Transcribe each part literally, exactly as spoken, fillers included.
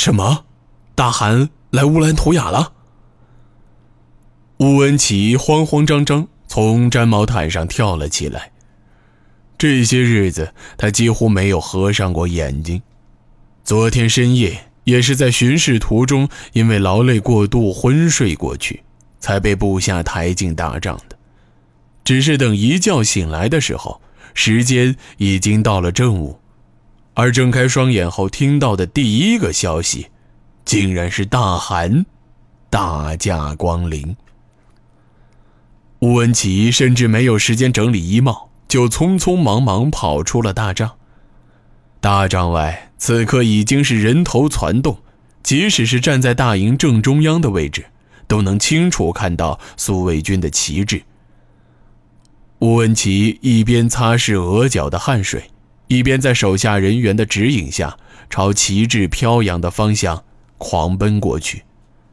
什么？大汗来乌兰图雅了？乌恩奇慌慌张张从毡毛毯上跳了起来。这些日子他几乎没有合上过眼睛，昨天深夜也是在巡视途中因为劳累过度昏睡过去，才被部下抬进大帐的。只是等一觉醒来的时候，时间已经到了正午，而睁开双眼后听到的第一个消息竟然是大汗大驾光临。乌恩奇甚至没有时间整理衣帽，就匆匆忙忙跑出了大帐。大帐外此刻已经是人头攒动，即使是站在大营正中央的位置，都能清楚看到苏卫军的旗帜。乌恩奇一边擦拭额角的汗水，一边在手下人员的指引下朝旗帜飘扬的方向狂奔过去。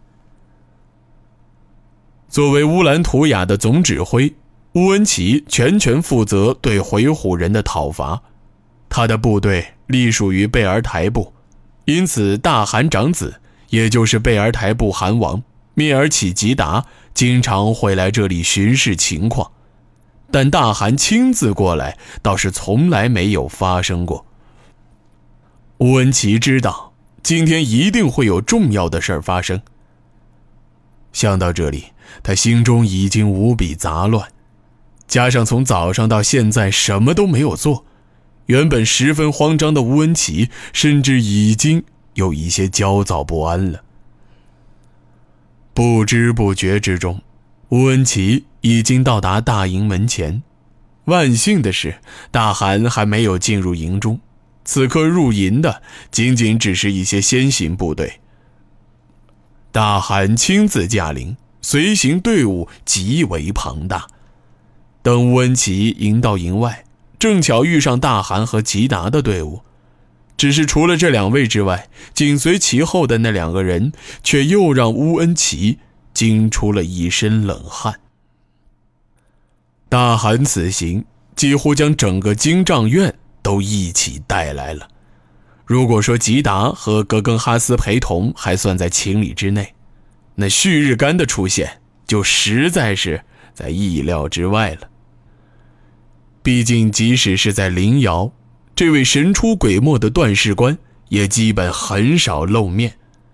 作为乌兰图雅的总指挥，乌恩奇全权负责对回鹘人的讨伐。他的部队隶属于贝尔台部，因此大汗长子，也就是贝尔台部汗王蔑尔乞吉达经常会来这里巡视情况，但大汗亲自过来倒是从来没有发生过。乌恩奇知道今天一定会有重要的事发生。想到这里，他心中已经无比杂乱，加上从早上到现在什么都没有做，原本十分慌张的乌恩奇甚至已经有一些焦躁不安了。不知不觉之中，乌恩奇已经到达大营门前。万幸的是，大汗还没有进入营中，此刻入营的仅仅只是一些先行部队。大汗亲自驾临，随行队伍极为庞大。等乌恩奇迎到营外，正巧遇上大汗和吉达的队伍，只是除了这两位之外，紧随其后的那两个人却又让乌恩奇惊出了一身冷汗。大汗此行几乎将整个经帐院都一起带来了。如果说吉达和格更哈斯陪同还算在情理之内，那旭日干的出现就实在是在意料之外了。毕竟即使是在临窑，这位神出鬼没的段士官也基本很少露面。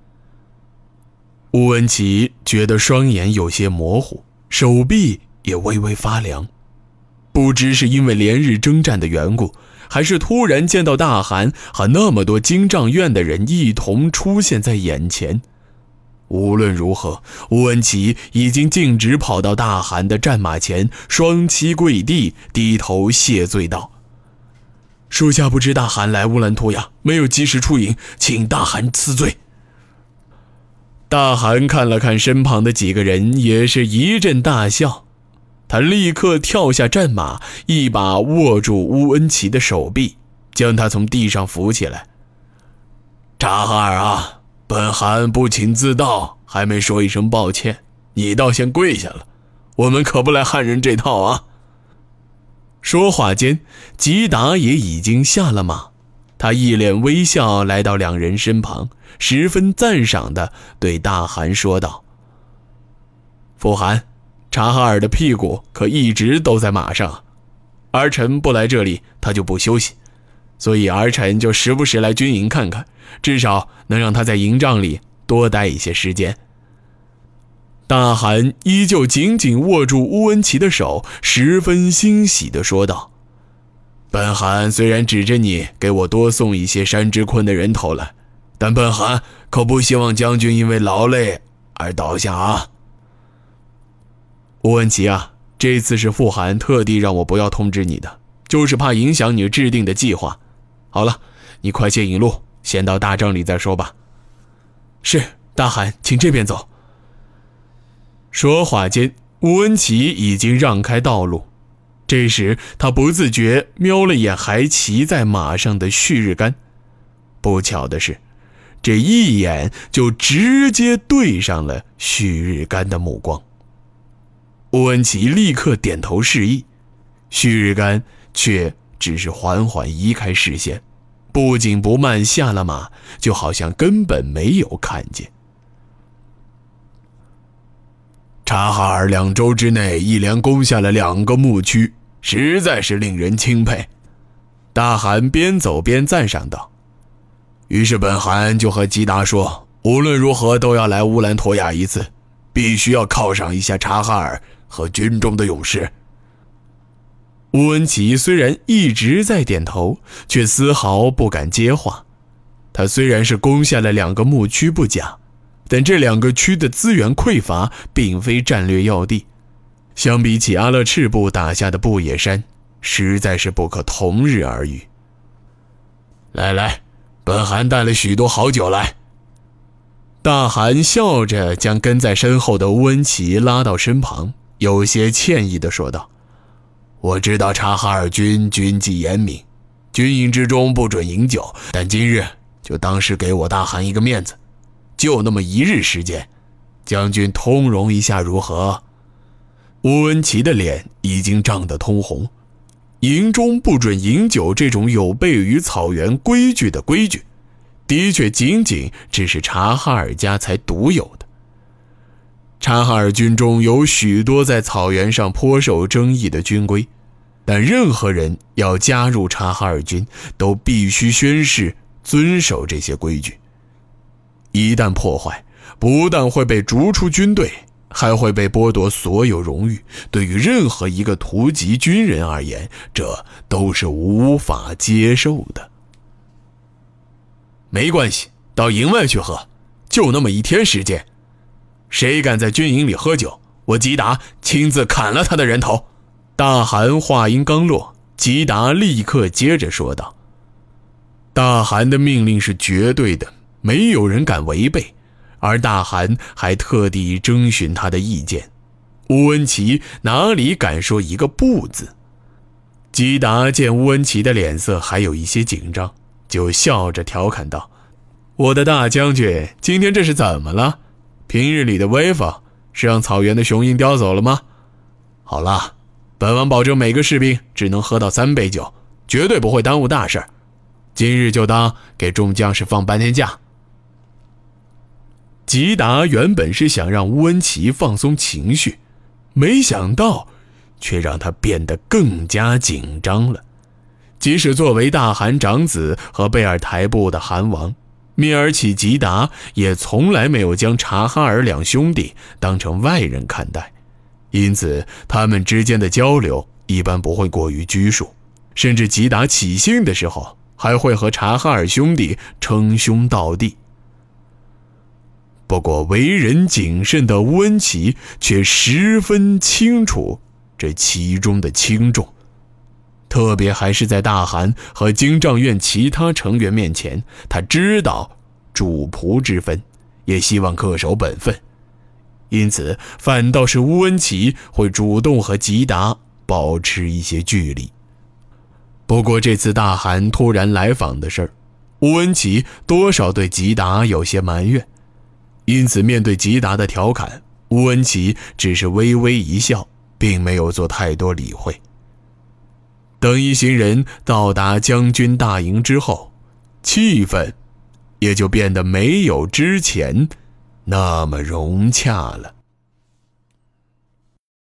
乌恩奇觉得双眼有些模糊，手臂也微微发凉，不知是因为连日征战的缘故，还是突然见到大汗和那么多经帐院的人一同出现在眼前。无论如何，乌恩奇已经径直跑到大汗的战马前，双膝跪地，低头谢罪道：属下不知大汗来乌兰图雅，没有及时出营，请大汗赐罪。大汗看了看身旁的几个人，也是一阵大笑。他立刻跳下战马，一把握住乌恩奇的手臂，将他从地上扶起来。察哈尔啊，本汗不请自到，还没说一声抱歉，你倒先跪下了，我们可不来汉人这套啊。说话间，吉达也已经下了马，他一脸微笑来到两人身旁，十分赞赏地对大汗说道：富汗，察哈尔的屁股可一直都在马上，儿臣不来这里他就不休息，所以儿臣就时不时来军营看看，至少能让他在营帐里多待一些时间。大汗依旧紧紧握住乌恩奇的手，十分欣喜地说道：本汗虽然指着你给我多送一些山之坤的人头来，但本汗可不希望将军因为劳累而倒下啊。乌恩奇啊，这次是富汗特地让我不要通知你的，就是怕影响你制定的计划。好了，你快些引路，先到大帐里再说吧。是，大汗，请这边走。说话间，乌恩奇已经让开道路。这时他不自觉瞄了眼还骑在马上的旭日干，不巧的是，这一眼就直接对上了旭日干的目光。乌恩奇立刻点头示意，旭日干却只是缓缓移开视线， 不紧不慢下了马，就好像根本没有看见。察哈尔两周之内一连攻下了两个牧区，实在是令人钦佩。大汗边走边赞赏道。于是本汗就和吉达说，无论如何都要来乌兰托娅一次，必须要犒赏一下察哈尔和军中的勇士。乌恩齐虽然一直在点头，却丝毫不敢接话。他虽然是攻下了两个牧区不假，但这两个区的资源匮乏，并非战略要地。相比起阿勒赤部打下的布野山，实在是不可同日而语。来来，本汗带了许多好酒来。大汗笑着将跟在身后的乌恩齐拉到身旁，有些歉意地说道，我知道察哈尔军军纪严明，军营之中不准饮酒，但今日就当是给我大汗一个面子，就那么一日时间，将军通融一下如何？乌恩齐的脸已经涨得通红。营中不准饮酒这种有悖于草原规矩的规矩，的确仅仅只是察哈尔家才独有的。察哈尔军中有许多在草原上颇受争议的军规，但任何人要加入察哈尔军，都必须宣誓遵守这些规矩。一旦破坏，不但会被逐出军队，还会被剥夺所有荣誉，对于任何一个突击军人而言，这都是无法接受的。没关系，到营外去喝，就那么一天时间，谁敢在军营里喝酒，我吉达亲自砍了他的人头。大汗话音刚落，吉达立刻接着说道。大汗的命令是绝对的，没有人敢违背，而大汗还特地征询他的意见，乌恩齐哪里敢说一个不字。吉达见乌恩齐的脸色还有一些紧张，就笑着调侃道，我的大将军，今天这是怎么了？平日里的威风是让草原的雄鹰叼走了吗？好了，本王保证每个士兵只能喝到三杯酒，绝对不会耽误大事。今日就当给众将士放半天假。吉达原本是想让乌恩齐放松情绪，没想到却让他变得更加紧张了。即使作为大汗长子和贝尔台部的汗王，蔑尔乞吉达也从来没有将察哈尔两兄弟当成外人看待，因此他们之间的交流一般不会过于拘束，甚至吉达起兴的时候还会和察哈尔兄弟称兄道弟。不过为人谨慎的乌恩齐却十分清楚这其中的轻重，特别还是在大汗和经帐院其他成员面前，他知道主仆之分，也希望恪守本分，因此反倒是乌恩齐会主动和吉达保持一些距离。不过这次大汗突然来访的事儿，乌恩齐多少对吉达有些埋怨，因此面对吉达的调侃，乌恩齐只是微微一笑，并没有做太多理会。等一行人到达将军大营之后，气氛也就变得没有之前那么融洽了。